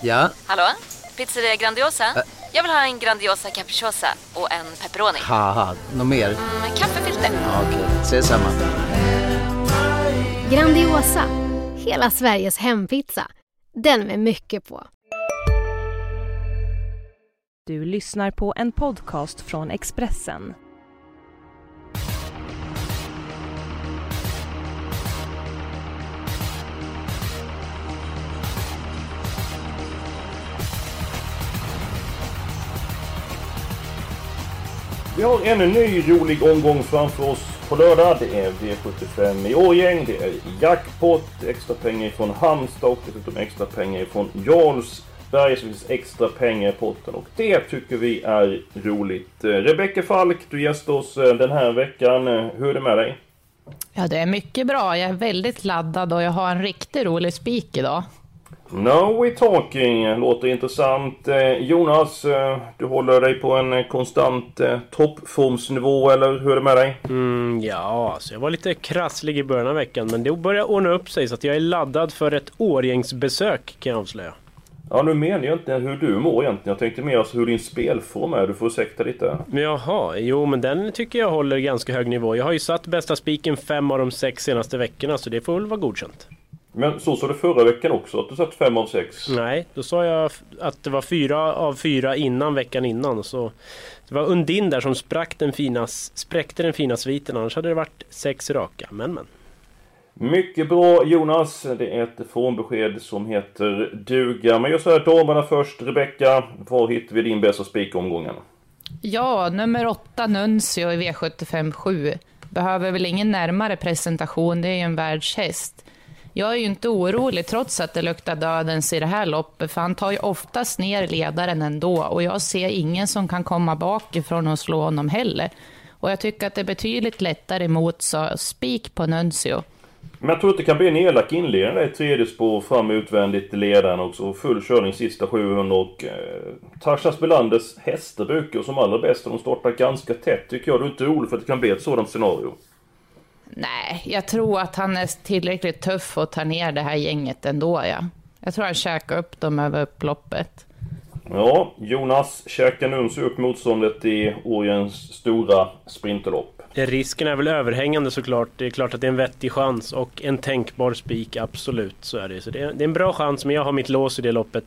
Ja? Hallå? Pizzeria Grandiosa? Jag vill ha en Grandiosa capriciosa och en pepperoni. Haha, något mer? Kaffefilter. Ja, okej, ses samma. Grandiosa, hela Sveriges hempizza. Den med mycket på. Du lyssnar på en podcast från Expressen. Vi har en ny rolig omgång framför oss på lördag. Det är V75 i Årjäng, det är jackpot, extra pengar från Halmstad och dessutom extra pengar från Jarlsberg. Så finns extra pengar i potten och det tycker vi är roligt. Rebecka Falk, du gästar oss den här veckan. Hur är det med dig? Ja, det är mycket bra. Jag är väldigt laddad och jag har en riktigt rolig spik idag. Now we're talking. Låter intressant. Jonas, du håller dig på en konstant toppformsnivå, eller hur är det med dig? Ja, alltså jag var lite krasslig i början av veckan, men det börjar ordna upp sig så att jag är laddad för ett Årjängsbesök, kan jag avslöja. Ja, nu menar jag inte hur du mår egentligen. Jag tänkte mer alltså hur din spelform är. Du får ursäkta lite. Jaha, jo men den tycker jag håller ganska hög nivå. Jag har ju satt bästa spiken 5 av de 6 senaste veckorna, så det får väl vara godkänt. Men så sa du förra veckan också, att du satt 5 av 6. Nej, då sa jag att det var 4 av 4 innan veckan innan. Så det var Undin där som spräckte den fina sviten. Annars hade det varit 6 raka, men. Mycket bra, Jonas. Det är ett formbesked som heter duga. Men jag säger damerna först. Rebecka, var hittar vi din bästa spikomgången? Ja, nummer 8 Nuncio i V75-7. Behöver väl ingen närmare presentation, det är ju en världshäst. Jag är ju inte orolig trots att det luktar dödens i det här loppet, för han tar ju oftast ner ledaren ändå och jag ser ingen som kan komma bakifrån och slå honom heller. Och jag tycker att det är betydligt lättare emot, så spik på Nuncio. Men jag tror att det kan bli en elak inledning i tredje spår fram utvändigt i ledaren också. Full körning sista 700 och Tarzan Belanders hästar brukar som allra bäst. De startar ganska tätt, tycker jag. Du är inte orolig för att det kan bli ett sådant scenario? Nej, jag tror att han är tillräckligt tuff att ta ner det här gänget ändå, ja. Jag tror han käkar upp dem över upploppet. Ja, Jonas käkar Nuncio upp motståndet i Årjängs stora sprinterlopp. Risken är väl överhängande såklart. Det är klart att det är en vettig chans och en tänkbar spik, absolut, så är det. Så det är en bra chans, men jag har mitt lås i det loppet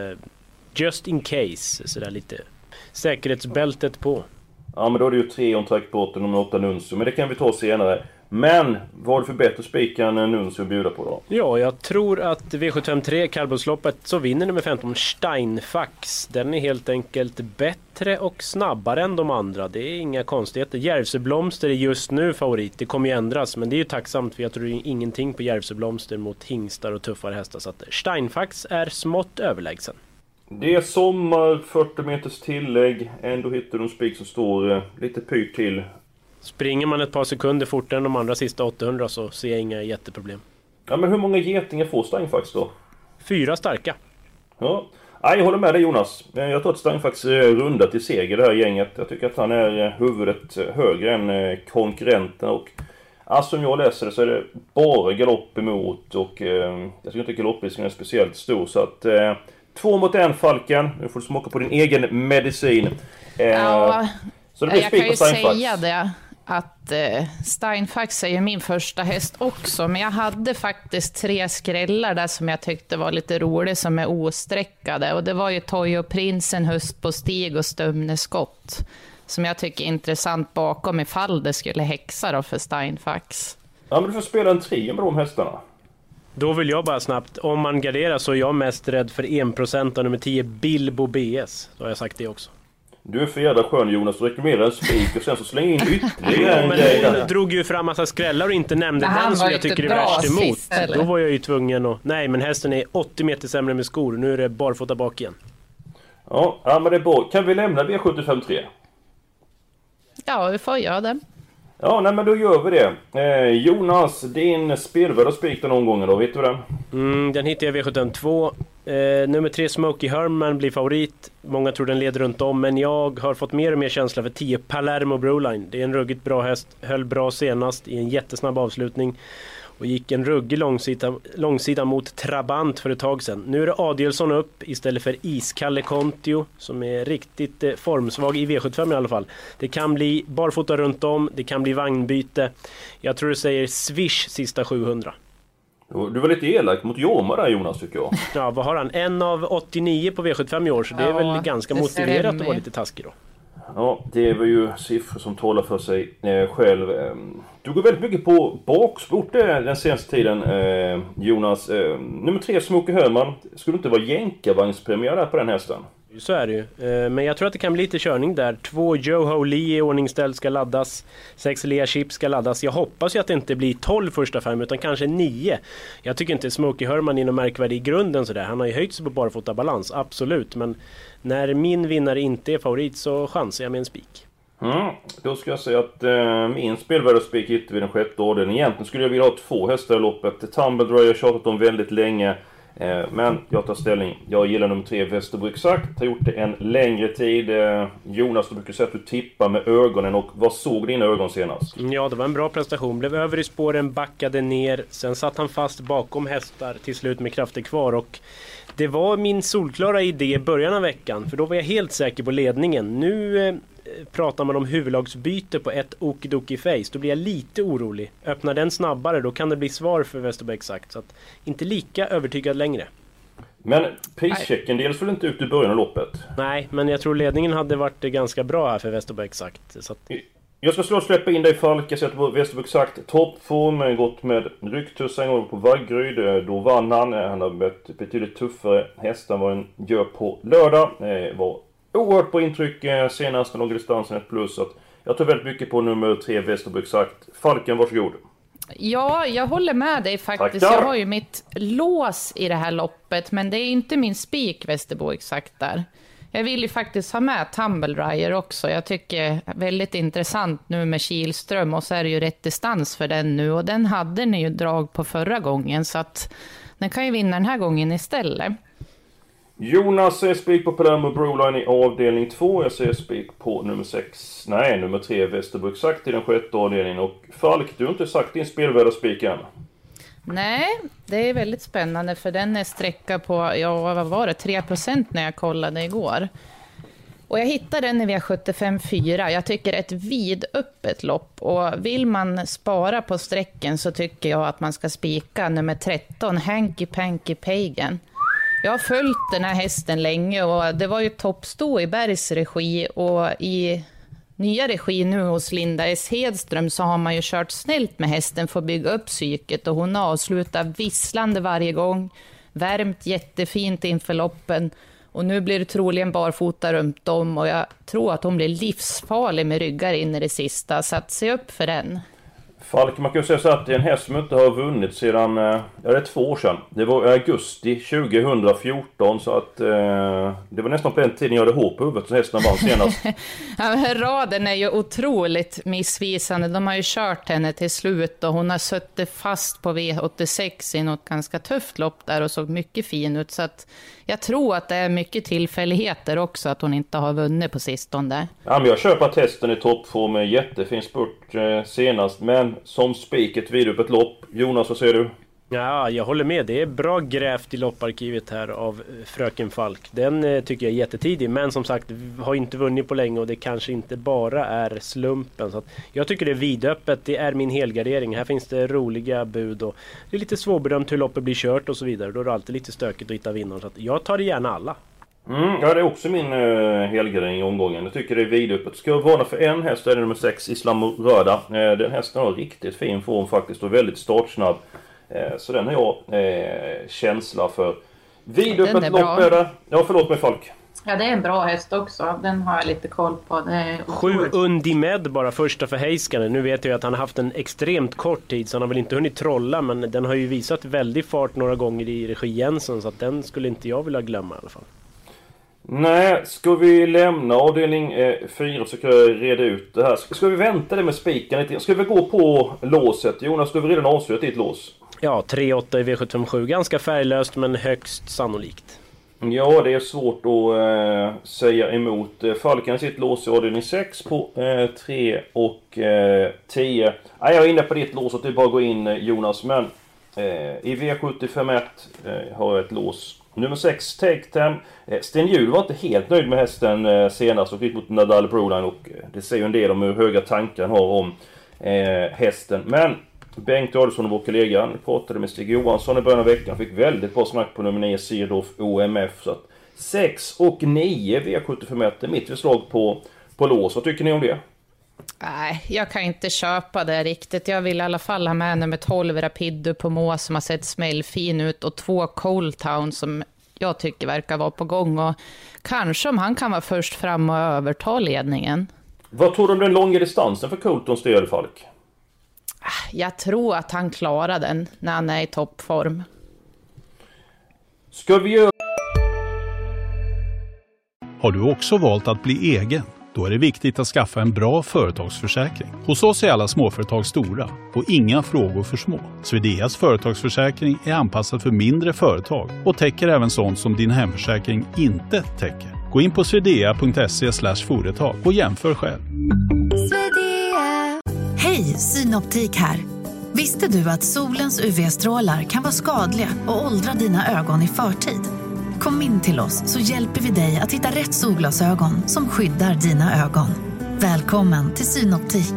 just in case, så där lite säkerhetsbältet på. Ja, men då är det ju 3 on track på nummer 8 Nuncio, men det kan vi ta senare. Men vad är det för bättre spik än Nuncio bjuda på då? Ja, jag tror att V753 kallblodsloppet så vinner nummer 15 Steinfax. Den är helt enkelt bättre och snabbare än de andra. Det är inga konstigheter. Järvsöblomster är just nu favorit. Det kommer ju ändras, men det är ju tacksamt, för jag tror ingenting på Järvsöblomster mot hingstar och tuffare hästar. Så att Steinfax är smått överlägsen. Det är sommar, 40 meters tillägg. Ändå hittar du en spik som står lite pyrt till. Springer man ett par sekunder fortare än de andra sista 800 så ser jag inga jätteproblem. Ja, men hur många getingar får Steinfax då? 4 starka. Ja, jag håller med dig, Jonas. Jag tror att Steinfax är runda till seger det här gänget. Jag tycker att han är huvudet högre än konkurrenten. Och som jag läser det så är det bara galopp emot. Och jag tycker inte galopprisken är speciellt stor. Så att 2 mot 1 Falken. Nu får du smaka på din egen medicin. Ja, så det blir jag kan ju Steinfax. säga det att Steinfax är ju min första häst också, men jag hade faktiskt 3 skrällar där som jag tyckte var lite roliga som är osträckade, och det var ju Toyo Prinsen, Höst på stig och Stumneskott som jag tycker är intressant bakom ifall det skulle häxa då för Steinfax. Ja, men du får spela en trio med de hästarna. Då vill jag bara snabbt, om man garderar så är jag mest rädd för 1% av nummer 10 Bilbo BS. Då har jag sagt det också. Du är för jävla skön, Jonas. Du rekommenderar en spik och sen så slänger in ytterligare en men grej. du drog ju fram massa skrällar och inte nämnde Men den som jag tycker är värst emot. Sist, då var jag ju tvungen att... Nej, men hästen är 80 meter sämre med skor. Nu är det barfota bak igen. Ja, men det är bra. Kan vi lämna V75-3? Ja, vi får göra det. Ja, nej, men då gör vi det. Jonas, din spelvärda spik den omgången då, vet du den? Den hittar jag i V72. Nummer 3 Smokey Herman blir favorit. Många tror den leder runt om, men jag har fått mer och mer känsla för 10 Palermo Broline. Det är en ruggigt bra häst, höll bra senast i en jättesnabb avslutning. och gick en ruggig långsida mot Trabant för ett tag sedan. Nu är det Adielsson upp istället för Iskalle Kontio som är riktigt formsvag i V75 i alla fall. Det kan bli barfota runt om, det kan bli vagnbyte. Jag tror det säger Swish sista 700. Du var lite elak mot Jorma där, Jonas, tycker jag. Ja, vad har han? 1 av 89 på V75 i år, så det är väl ganska motiverat att vara lite taskig då. Ja, det var ju siffror som talar för sig själv. Du går väldigt mycket på baksport den senaste tiden, Jonas. Nummer 3, Smokey Hörman. Skulle inte vara jänkarvagnspremiär där på den hästen? Så är det ju. Men jag tror att det kan bli lite körning där. 2 Joe Lee i ordningställ ska laddas. 6 Lea Chip ska laddas. Jag hoppas ju att det inte blir 12 första 5 utan kanske 9. Jag tycker inte Smokey Hörman är någon märkvärdig i grunden sådär. Han har ju höjt sig på barfota balans, absolut. Men när min vinnare inte är favorit så chansar jag med en spik. Då ska jag säga att min spelvärldespik hittar vid den 6:e avdelningen. Egentligen skulle jag vilja ha 2 hästar i loppet. Tumble Dry har tjatat om väldigt länge. Men jag tar ställning. Jag gillar nummer 3, Västerbo Exakt. Har gjort det en längre tid. Jonas, du brukar säga att du tippar med ögonen. Och vad såg dina ögon senast? Ja, det var en bra prestation. Blev över i spåren, backade ner. Sen satt han fast bakom hästar till slut med krafter kvar. Och det var min solklara idé i början av veckan. För då var jag helt säker på ledningen. Nu pratar man om huvudlagsbyte på ett Okidoki Face. Då blir jag lite orolig. Öppnar den snabbare, då kan det bli svar för Västerbo Exakt. Så att inte lika övertygad längre. Men prischecken dels väl inte ut i början av loppet? Nej, men jag tror ledningen hade varit ganska bra här för Västerbo Exakt. Så att... Jag ska släppa in dig, Falk. Jag sätter på Västerbo Exakt toppform. Gått med rycktussar en gång på Vaggryd. Då vann han. Han har mött betydligt tuffare hästar än vad han gör på lördag. Var oerhört på intryck senast. Den låg distansen ett plus. Så att jag tar väldigt mycket på nummer 3, Västerbo Exakt. Falken, varsågod. Ja, jag håller med dig faktiskt. Tackar. Jag har ju mitt lås i det här loppet, men det är inte min spik Västerbo Exakt där. Jag vill ju faktiskt ha med Tumble Dryer också. Jag tycker väldigt intressant nu med Kihlström, och så är det ju rätt distans för den nu. Och den hade ni ju drag på förra gången, så att den kan ju vinna den här gången istället. Jonas säger spik på Palermo Broline i avdelning 2. Jag säger spik på nummer 3, Västerbo Exakt i den 6:e avdelningen. Och Falk, du har inte sagt din spelvärda spik än. Nej, det är väldigt spännande för den är sträcka på, vad var det, 3% när jag kollade igår. Och jag hittade den i V75-4. Jag tycker ett vidöppet lopp, och vill man spara på sträcken så tycker jag att man ska spika nummer 13, Hanky Panky Pagan. Jag har följt den här hästen länge, och det var ju toppstå i Bergs regi, och i nya regi nu hos Linda S. Hedström så har man ju kört snällt med hästen för att bygga upp psyket, och hon avslutar visslande varje gång, värmt jättefint inför loppen, och nu blir det troligen barfota runt om, och jag tror att hon blir livsfarlig med ryggar in i det sista, så att se upp för den. Falk, man kan ju säga så att det är en häst som inte har vunnit sedan, det är 2 år sedan. Det var augusti 2014, så att det var nästan på den tiden jag hade hår på huvudet så hästen vann senast. Ja, raden är ju otroligt missvisande. De har ju kört henne till slut, och hon har suttit fast på V86 i något ganska tufft lopp där och såg mycket fin ut. Så att jag tror att det är mycket tillfälligheter också att hon inte har vunnit på sistone. Ja, men jag köper att hästen i toppform med jättefin spurt senast, men som spiket vid upp ett lopp. Jonas, vad säger du? Ja, jag håller med. Det är bra grävt i lopparkivet här av Fröken Falk. Den tycker jag är jättetidig, men som sagt har inte vunnit på länge, och det kanske inte bara är slumpen. Så att jag tycker det är vidöppet. Det är min helgardering. Här finns det roliga bud, och det är lite svårbedömt hur loppet blir kört och så vidare. Då är det alltid lite stökigt att hitta vinnaren. Så att jag tar det gärna alla. Ja, det är också min helgardering i omgången. Jag tycker det är vidöppet. Ska jag varna för en häst, är det nummer 6, Islam Röda. Den hästen har riktigt fin form faktiskt, och väldigt startsnabb. Så den har jag känsla för. Vidöppet lopp är det. Ja, förlåt mig, Falk. Ja, det är en bra häst också. Den har jag lite koll på. Det är 7 Undimed bara första för Heiskanen. Nu vet jag att han har haft en extremt kort tid, så han har väl inte hunnit trolla, men den har ju visat väldigt fart några gånger i regi Jensen, så att den skulle inte jag vilja glömma i alla fall. Nej, ska vi lämna avdelning 4 så kan jag reda ut det här. Ska vi vänta det med spiken lite? Ska vi gå på låset? Jonas, du har redan avslöjat ditt lås. Ja, 3-8 i V75-7. Ganska färglöst, men högst sannolikt. Ja, det är svårt att säga emot. Falken sitt lås i avdelning 6 på 3 och 10. Jag är inne på ditt lås och det är bara att gå in, Jonas. Men i V75-1 har jag ett lås. Nummer 6, Take Them. Sten Hjul var inte helt nöjd med hästen senast och gick mot Nadal Broline. Och det säger ju en del om hur höga tankar han har om hästen. Men Bengt Adelsson och vår kollega pratade med Stig Johansson i början av veckan. Fick väldigt bra snack på nummer 9 Sirdorf OMF. Så att 6 och 9 V75 är mitt förslag på lås. Vad tycker ni om det? Nej, jag kan inte köpa det riktigt. Jag vill i alla fall ha med nummer 12 Rapido på Må som har sett smällfin ut och 2 Cold Town som jag tycker verkar vara på gång. Och kanske om han kan vara först fram och överta ledningen. Vad tror du om den långa distansen för Coltons del, Falk? Jag tror att han klarar den när han är i toppform. Ska vi göra... Har du också valt att bli egen? Då är det viktigt att skaffa en bra företagsförsäkring. Hos oss är alla småföretag stora och inga frågor för små. Swedeas företagsförsäkring är anpassad för mindre företag och täcker även sånt som din hemförsäkring inte täcker. Gå in på swedea.se/företag och jämför själv. Hej, Synoptik här. Visste du att solens UV-strålar kan vara skadliga och åldra dina ögon i förtid? Kom in till oss så hjälper vi dig att hitta rätt solglasögon som skyddar dina ögon. Välkommen till Synoptik.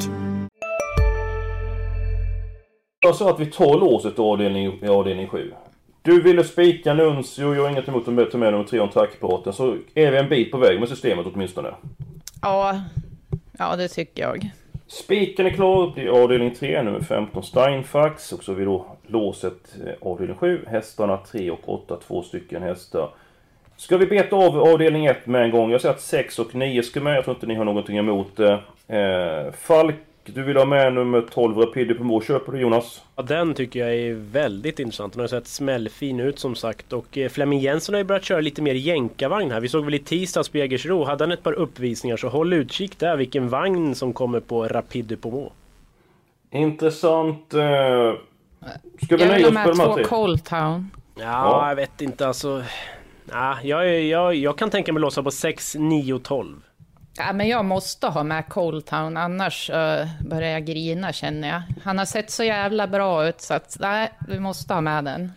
Jag sa att vi tar låset i avdelning 7. Du ville spika Nuncio och jag har inget emot att ta med nummer 3 om trackpraten. Så är vi en bit på väg med systemet åtminstone. Ja, det tycker jag. Spiken är klar upp i avdelning 3, nummer 15 Steinfax. Och så har vi då låset avdelning 7, hästarna 3 och 8, 2 stycken hästar. Ska vi beta av avdelning 1 med en gång? Jag säger att 6 och 9 ska med, jag tror inte ni har någonting emot det. Falk, du vill ha med nummer 12 Rapido på Må, köper du Jonas? Ja, den tycker jag är väldigt intressant. Den har sett smällfin ut som sagt. Och Flemming Jensen har ju börjat köra lite mer jänkarvagn här. Vi såg väl i tisdags på Jägersro. Hade han ett par uppvisningar så håll utkik där vilken vagn som kommer på Rapido på Må. Intressant. Ska vi nöja oss på de här 2 Cold Town? Ja, jag vet inte alltså. Jag kan tänka mig låsa på 6, 9 och 12. Ja, men jag måste ha med Cold Town, annars börjar jag grina känner jag. Han har sett så jävla bra ut så att nej, vi måste ha med den.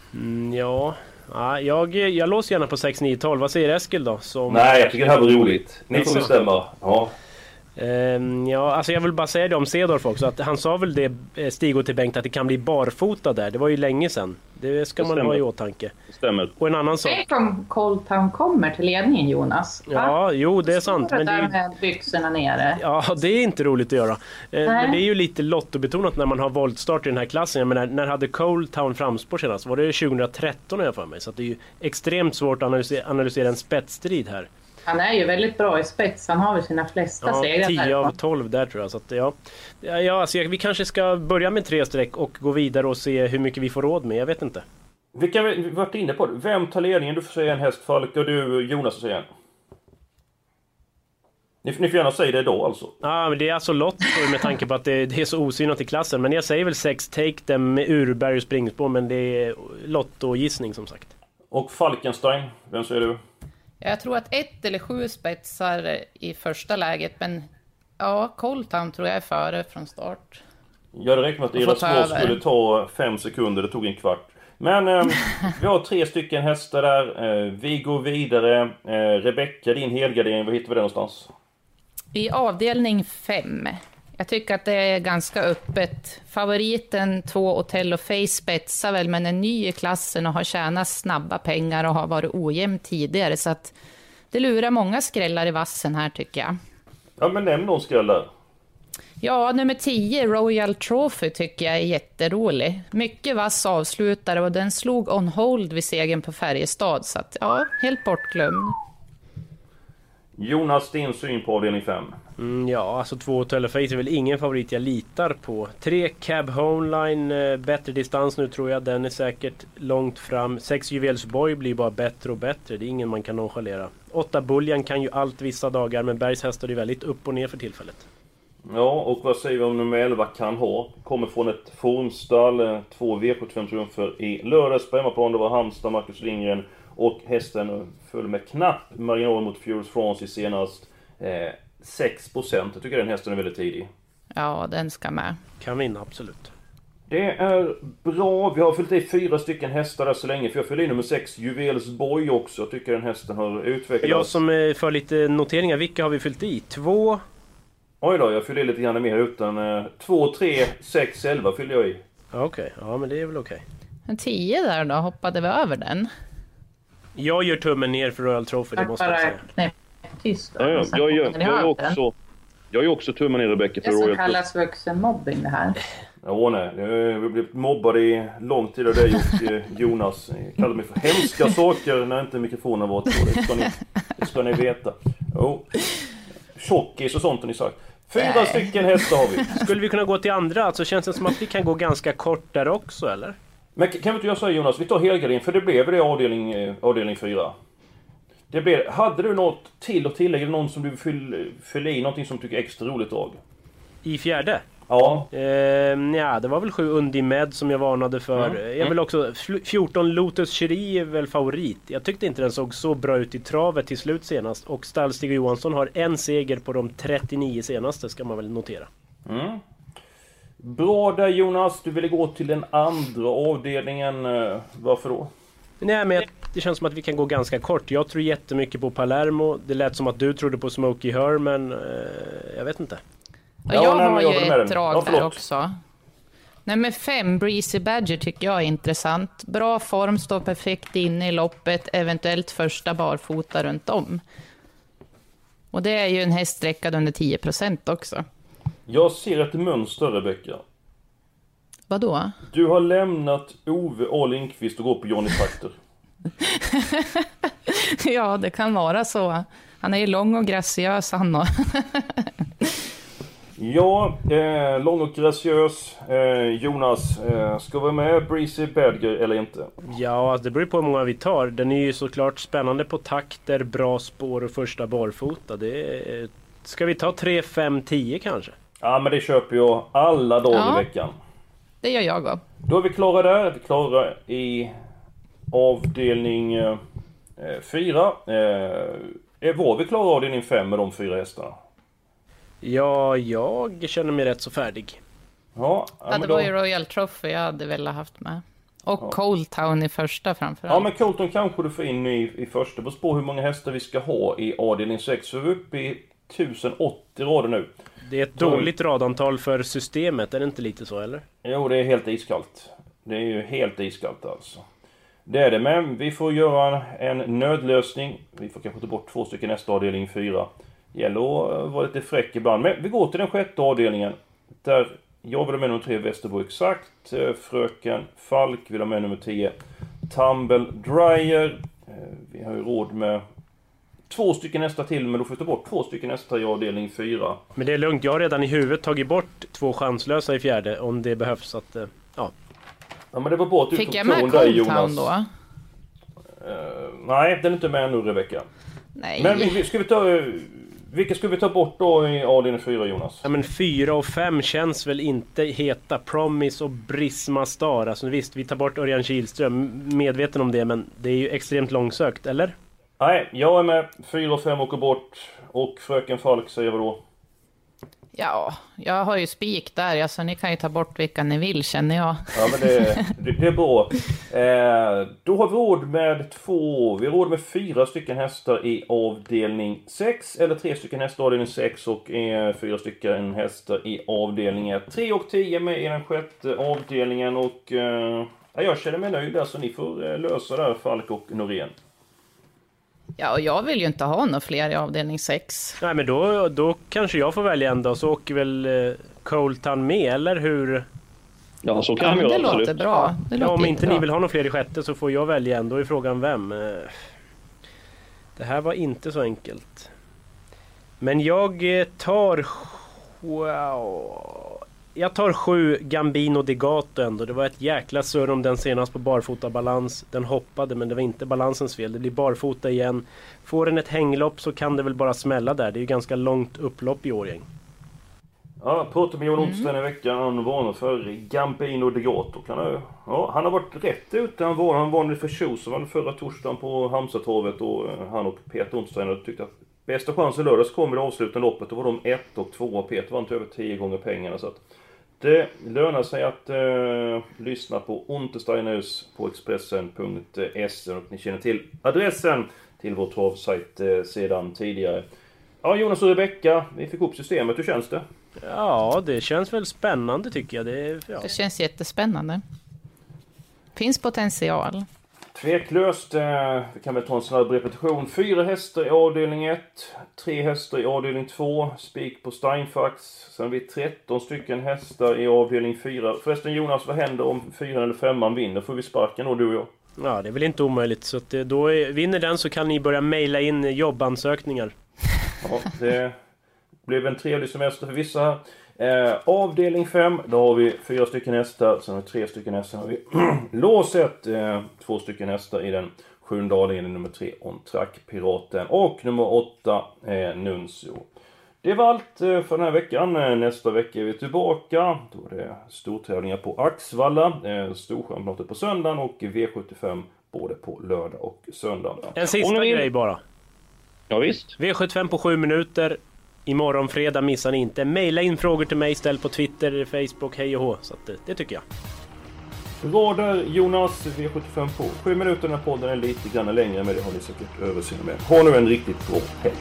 Jag låser gärna på 6, 9, 12. Vad säger Eskil då? Nej, jag tycker det här var roligt. Ni får bestämma. Alltså jag vill bara säga det om Cedorf också, att han sa väl det, Stig till Bengt, att det kan bli barfota där. Det var ju länge sedan. Det ska man ha i åtanke. Stämmer. Och en annan sak. Tänk om Cold Town kommer till ledningen, Jonas. Ja, jo, det är sant. Men det är med byxorna nere. Ja, det är inte roligt att göra. Men det är ju lite lottobetonat när man har voltstart i den här klassen. Jag menar, när hade Cold Town framspår senast? Var det 2013 jag för mig? Så att det är ju extremt svårt att analysera en spetsstrid här. Han är ju väldigt bra i spets. Han har väl sina flesta segrar. 10 av 12 där tror jag. Så att, alltså, vi kanske ska börja med 3 streck och gå vidare och se hur mycket vi får råd med. Jag vet inte. Vi har varit inne på det. Vem tar ledningen? Du får säga en häst, Falk, och du, Jonas, säger en. Ni får gärna säga det då alltså. Ja, men det är alltså lott med tanke på att det är så osynat i klassen. Men jag säger väl 6 Take Them med Urberg och springspår. Men det är lott och gissning som sagt. Och Falkenstein, vem säger du? Jag tror att 1 eller 7 spetsar i första läget, men Cold Town tror jag är före från start. Ja, det räcker med att era små skulle ta 5 sekunder, det tog en kvart. Men vi har 3 stycken hästar där. Vi går vidare. Rebecka, din helgardering, var hittar vi den någonstans? I avdelning 5. Jag tycker att det är ganska öppet. Favoriten 2 Otello Face spetsar väl, men är ny i klassen och har tjänat snabba pengar och har varit ojämn tidigare. Så att det lurar många skrällar i vassen här tycker jag. Ja, men nämn någon skrällar. Ja, nummer 10 Royal Trophy tycker jag är jätterolig. Mycket vass avslutare och den slog on hold vid segern på Färjestad. Så att, helt bortglömd. Jonas, din syn på avdelning 5? Alltså 2 Otello Face är väl ingen favorit jag litar på. 3 Cab Homeline, bättre distans nu tror jag. Den är säkert långt fram. 6 Juvelsborg blir bara bättre och bättre. Det är ingen man kan nonchalera. 8 Bullian kan ju allt vissa dagar, men Bergs hästar är väldigt upp och ner för tillfället. Ja, och vad säger vi om nummer 11 kan ha? Kommer från ett formstall, 2 V75 triumfer i lördags på hemmaplan. Det var Halmstad, Marcus Lindgren Och hästen föll med knapp marginal mot Furious France i senast 6%. Jag tycker den hästen är väldigt tidig. Ja, den ska med. Kan vinna, absolut. Det är bra. Vi har fyllt i 4 stycken hästar där så länge. För jag fyller i nummer 6, Juvelsborg också. Jag tycker den hästen har utvecklats. Jag som för lite noteringar, vilka har vi fyllt i? 2? Oj då, jag fyller i lite grann mer utan 2, 3, 6, 11 fyller jag i. Okej, ja men det är väl okej. En 10 där då, hoppade vi över den? Jag gör tummen ner för Royal Trophy, det måste jag säga. Knäpp tyst. Ja, jag är också tummen ner, Rebecca, för det som Royal kallas vuxenmobbing det här. Ja, nej. Vi har blivit mobbade i lång tid av det, Jonas. Jag kallar mig för hemska saker när inte mikrofonen var på. Det ska ni veta. Tjockis och sånt har ni sagt. 4 stycken hästar har vi. Skulle vi kunna gå till andra? Alltså känns det som att vi kan gå ganska kort där också, eller? Men kan vi inte göra så, Jonas? Vi tar helgardin, för det blev det avdelning 4. Hade du något till att tillägga, någon som du fyller i, någonting som du tycker är extra roligt av? I fjärde? Ja. Det var väl 7 Undimed som jag varnade för. Jag vill också 14 Lotus Cherie är väl favorit. Jag tyckte inte den såg så bra ut i travet till slut senast. Och Stallstig och Johansson har en seger på de 39 senaste, ska man väl notera. Bra där, Jonas. Du ville gå till den andra avdelningen. Varför då? Nej, men det känns som att vi kan gå ganska kort. Jag tror jättemycket på Palermo. Det lät som att du trodde på Smokey Her, men jag vet inte. Och jag har ju ett drag där också. Nummer 5, Breezy Badger, tycker jag är intressant. Bra form, står perfekt inne i loppet. Eventuellt första barfota runt om. Och det är ju en häst sträckad under 10% också. Jag ser ett mönster, Rebecca. Vadå? Du har lämnat Ove A. Lindqvist och går på Johnny Factor. Ja, det kan vara så. Han är ju lång och graciös, han och. Ja, lång och graciös. Jonas, ska vi med Breezy Badger eller inte? Ja, det beror på hur många vi tar. Den är ju såklart spännande på takter, bra spår och första barfota. Ska vi ta 3, 5, 10 kanske? Ja, men det köper jag alla dagar i veckan. Det gör jag också. Då är vi klara där. Vi är klara i avdelning 4. Var vi klara i avdelning 5 med de 4 hästarna? Ja, jag känner mig rätt så färdig. Ja, det var ju Royal Trophy jag hade väl haft med. Och Cold Town i första framförallt. Ja, men Cold Town kanske du får in i första. På spår hur många hästar vi ska ha i avdelning 6. Så vi är uppe i 1080 rader nu. Det är ett dåligt radantal för systemet, är det inte lite så, eller? Jo, det är helt iskallt. Det är ju helt iskallt alltså. Det är det, men vi får göra en nödlösning. Vi får kanske ta bort 2 stycken nästa avdelning 4. Gäller att vara lite fräck ibland. Men vi går till den 6:e avdelningen. Där jag vill ha med nummer 3, Västerbo exakt. Fröken Falk vill ha med nummer 10, Tumble Dryer. Vi har ju råd med 2 stycken nästa till, men då får vi ta bort 2 stycken nästa i avdelning 4. Men det är lugnt, jag har redan i huvudet tagit bort 2 chanslösa i fjärde om det behövs att, ja. Ja, men det var bra att du fick jag med Cold Town då? Nej, den är inte med nu, Rebecca. Nej. Men vilka ska vi ta bort då i avdelning 4, Jonas? Ja, men 4 och 5 känns väl inte heta. Promise och Brisma Star. Alltså visst, vi tar bort Örjan Kihlström. Medveten om det, men det är ju extremt långsökt, eller? Nej, jag är med. 4 och 5 åker bort. Och Fröken Falk säger vad då? Ja, jag har ju spik där. Alltså, ni kan ju ta bort vilka ni vill, känner jag. Ja, men det är bra. Då har vi råd med 4 stycken hästar i avdelning 6. Eller 3 stycken hästar i avdelning 6 och 4 stycken hästar i avdelning 1. 3 och 10 med i den 6:e avdelningen. Och jag känner mig nöjd där, så ni får lösa där, Falk och Norén. Ja, och jag vill ju inte ha några fler i avdelning 6. Nej, men då kanske jag får välja en då. Så åker väl Coltan med, eller hur? Ja, så kan vi göra, absolut. Det låter bra. Det låter om inte bra. Ni vill ha några fler i 6:e så får jag välja en. Då är frågan vem. Det här var inte så enkelt. Men jag tar... Jag tar 7 Gambino di Gato ändå. Det var ett jäkla surr om den senast på barfota balans. Den hoppade, men det var inte balansens fel. Det blir barfota igen. Får den ett hänglopp så kan det väl bara smälla där. Det är ju ganska långt upplopp i Årjäng. Ja, pratar med Jon onsdagen i veckan. Han varnar för Gambino Degato. Han har varit rätt ute. Han vann för Tjosevan förra torsdagen på Halmstadtorvet. Och han och Peter Onsdagen tyckte att bästa chansen lördags kommer det avslutande loppet. Då var de 1 och 2 och Peter vann över 10 gånger pengarna. Så att det lönar sig att lyssna på Untersteiners på Expressen.se. Och ni känner till adressen till vår travsajt sedan tidigare. Ja, Jonas och Rebecka, vi fick upp systemet. Hur känns det? Ja, det känns väl spännande tycker jag. Det känns jättespännande. Finns potential. Tveklöst, vi kan väl ta en snabb repetition. 4 hästar i avdelning 1, 3 hästar i avdelning 2, spik på Steinfax. Sen har vi 13 stycken hästar i avdelning 4. Förresten Jonas, vad händer om 4 eller 5 vinner? Får vi sparken då, du och jag? Ja, det är väl inte omöjligt. Så att då vinner den så kan ni börja mejla in jobbansökningar. Ja, det blev en trevlig semester för vissa här. Avdelning 5, då har vi 4 stycken hästar. Sen har vi 3 stycken hästar. Har vi låset 2 stycken hästar i den 7:e avdelningen. Nummer 3 On Track Piraten. Och nummer 8 Nuncio. Det var allt för den här veckan. Nästa vecka är vi tillbaka. Då är det stortävlingar på Axvalla. Storstjärnloppet på söndagen och V75 både på lördag och söndag. En sista grej bara. Ja, visst. V75 på 7 minuter. Imorgon fredag missar ni inte. Maila in frågor till mig, ställ på Twitter, Facebook, hej och hå. Så att det tycker jag. Bra där Jonas, V75 på 7 minuter. När podden är lite grann längre, men det har ni säkert översyn med. Ha nu en riktigt bra helg.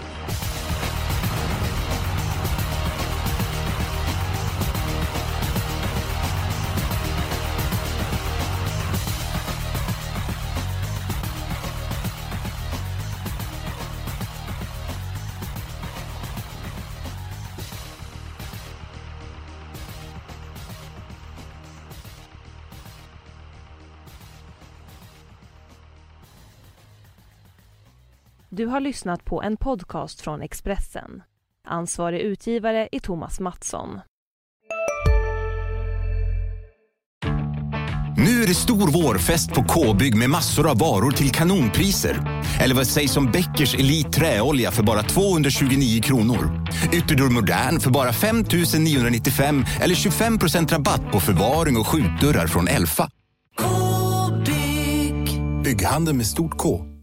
Du har lyssnat på en podcast från Expressen. Ansvarig utgivare är Thomas Mattsson. Nu är det stor vårfest på K-bygg med massor av varor till kanonpriser. Eller vad sägs om Bäckers Elite träolja för bara 229 kronor. Ytterdörr Modern för bara 5 995 eller 25% rabatt på förvaring och skjutdörrar från Elfa. K-bygg. Bygghandel med stort K.